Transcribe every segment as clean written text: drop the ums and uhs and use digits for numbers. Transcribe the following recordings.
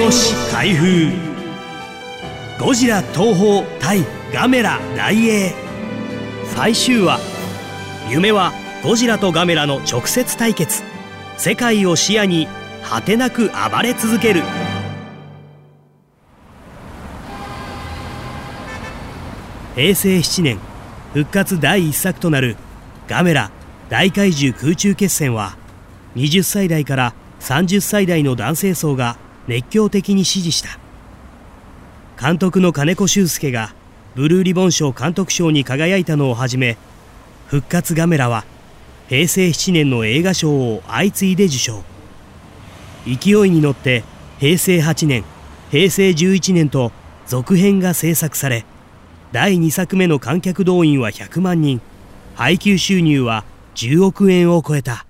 後史開封。ゴジラ東宝対ガメラ大英最終話。夢はゴジラとガメラの直接対決。世界を視野に果てなく暴れ続ける。平成7年復活第1作となるガメラ大怪獣空中決戦は、20歳代から30歳代の男性層が熱狂的に支持した。監督の金子修介がブルーリボン賞監督賞に輝いたのをはじめ、復活ガメラは平成7年の映画賞を相次いで受賞。勢いに乗って平成8年、平成11年と続編が制作され、第2作目の観客動員は100万人、配給収入は10億円を超えた。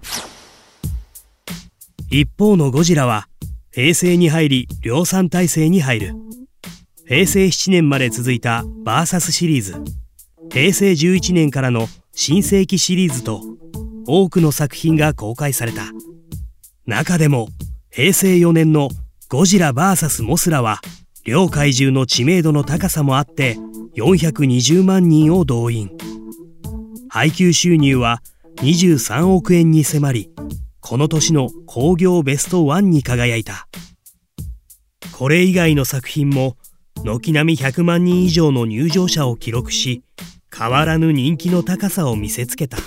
一方のゴジラは平成に入り量産体制に入る。平成7年まで続いたバーサスシリーズ、平成11年からの新世紀シリーズと多くの作品が公開された。中でも平成4年のゴジラ VS モスラは両怪獣の知名度の高さもあって420万人を動員。配給収入は23億円に迫り、この年の興行ベスト1に輝いた。これ以外の作品も軒並み100万人以上の入場者を記録し、変わらぬ人気の高さを見せつけた。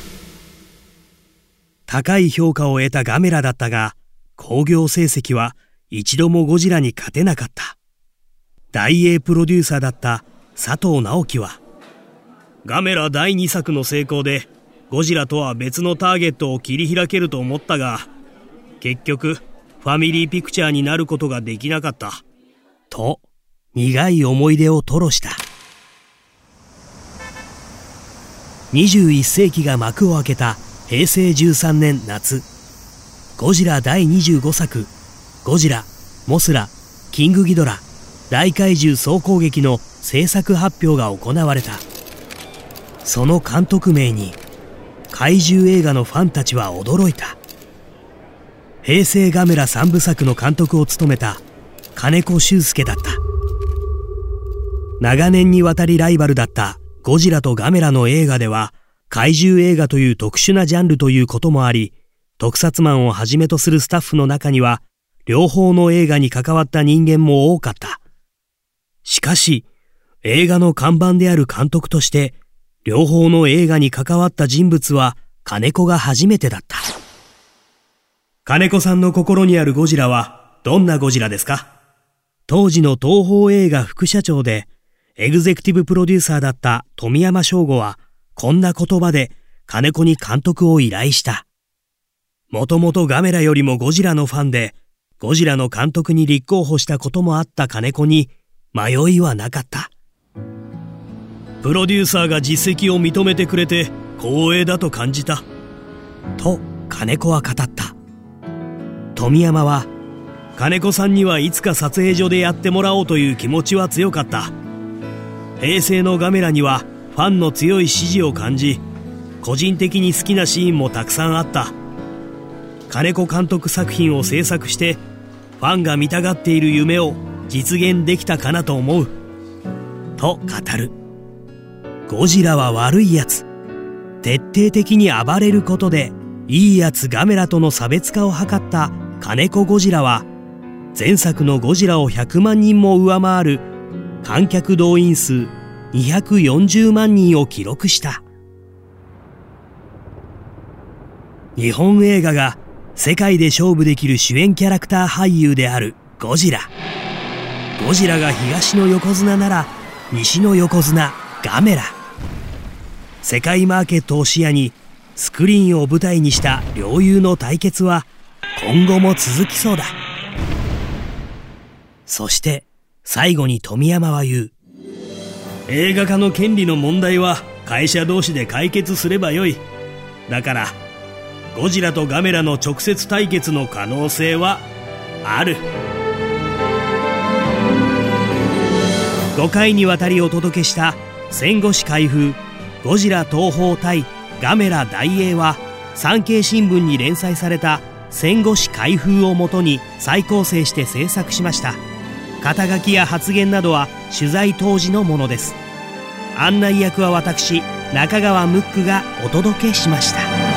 高い評価を得たガメラだったが、興行成績は一度もゴジラに勝てなかった。大英プロデューサーだった佐藤直樹は、ガメラ第2作の成功でゴジラとは別のターゲットを切り開けると思ったが、結局ファミリーピクチャーになることができなかったと苦い思い出を吐露した。21世紀が幕を開けた平成13年夏、ゴジラ第25作ゴジラ、モスラ、キングギドラ大怪獣総攻撃の制作発表が行われた。その監督名に怪獣映画のファンたちは驚いた。平成ガメラ3部作の監督を務めた金子修介だった。長年にわたりライバルだったゴジラとガメラの映画では、怪獣映画という特殊なジャンルということもあり、特撮マンをはじめとするスタッフの中には両方の映画に関わった人間も多かった。しかし映画の看板である監督として両方の映画に関わった人物は金子が初めてだった。金子さんの心にあるゴジラはどんなゴジラですか？当時の東宝映画副社長でエグゼクティブプロデューサーだった富山省吾は、こんな言葉で金子に監督を依頼した。もともとガメラよりもゴジラのファンで、ゴジラの監督に立候補したこともあった金子に迷いはなかった。プロデューサーが実績を認めてくれて光栄だと感じたと金子は語った。富山は、金子さんにはいつか撮影所でやってもらおうという気持ちは強かった。平成のガメラにはファンの強い支持を感じ、個人的に好きなシーンもたくさんあった。金子監督作品を制作してファンが見たがっている夢を実現できたかなと思うと語る。ゴジラは悪いやつ。徹底的に暴れることでいいやつガメラとの差別化を図った金子ゴジラは、前作のゴジラを100万人も上回る観客動員数240万人を記録した。日本映画が世界で勝負できる主演キャラクター俳優であるゴジラ。ゴジラが東の横綱なら西の横綱ガメラ。世界マーケットを視野にスクリーンを舞台にした両雄の対決は今後も続きそうだ。そして最後に富山は言う。映画化の権利の問題は会社同士で解決すればよい。だからゴジラとガメラの直接対決の可能性はある。5回にわたりお届けした戦後史開封ゴジラ東宝対ガメラ大英は、産経新聞に連載された戦後史開封をもとに再構成して制作しました。 肩書きや発言などは取材当時のものです。案内役は私、中川ムックがお届けしました。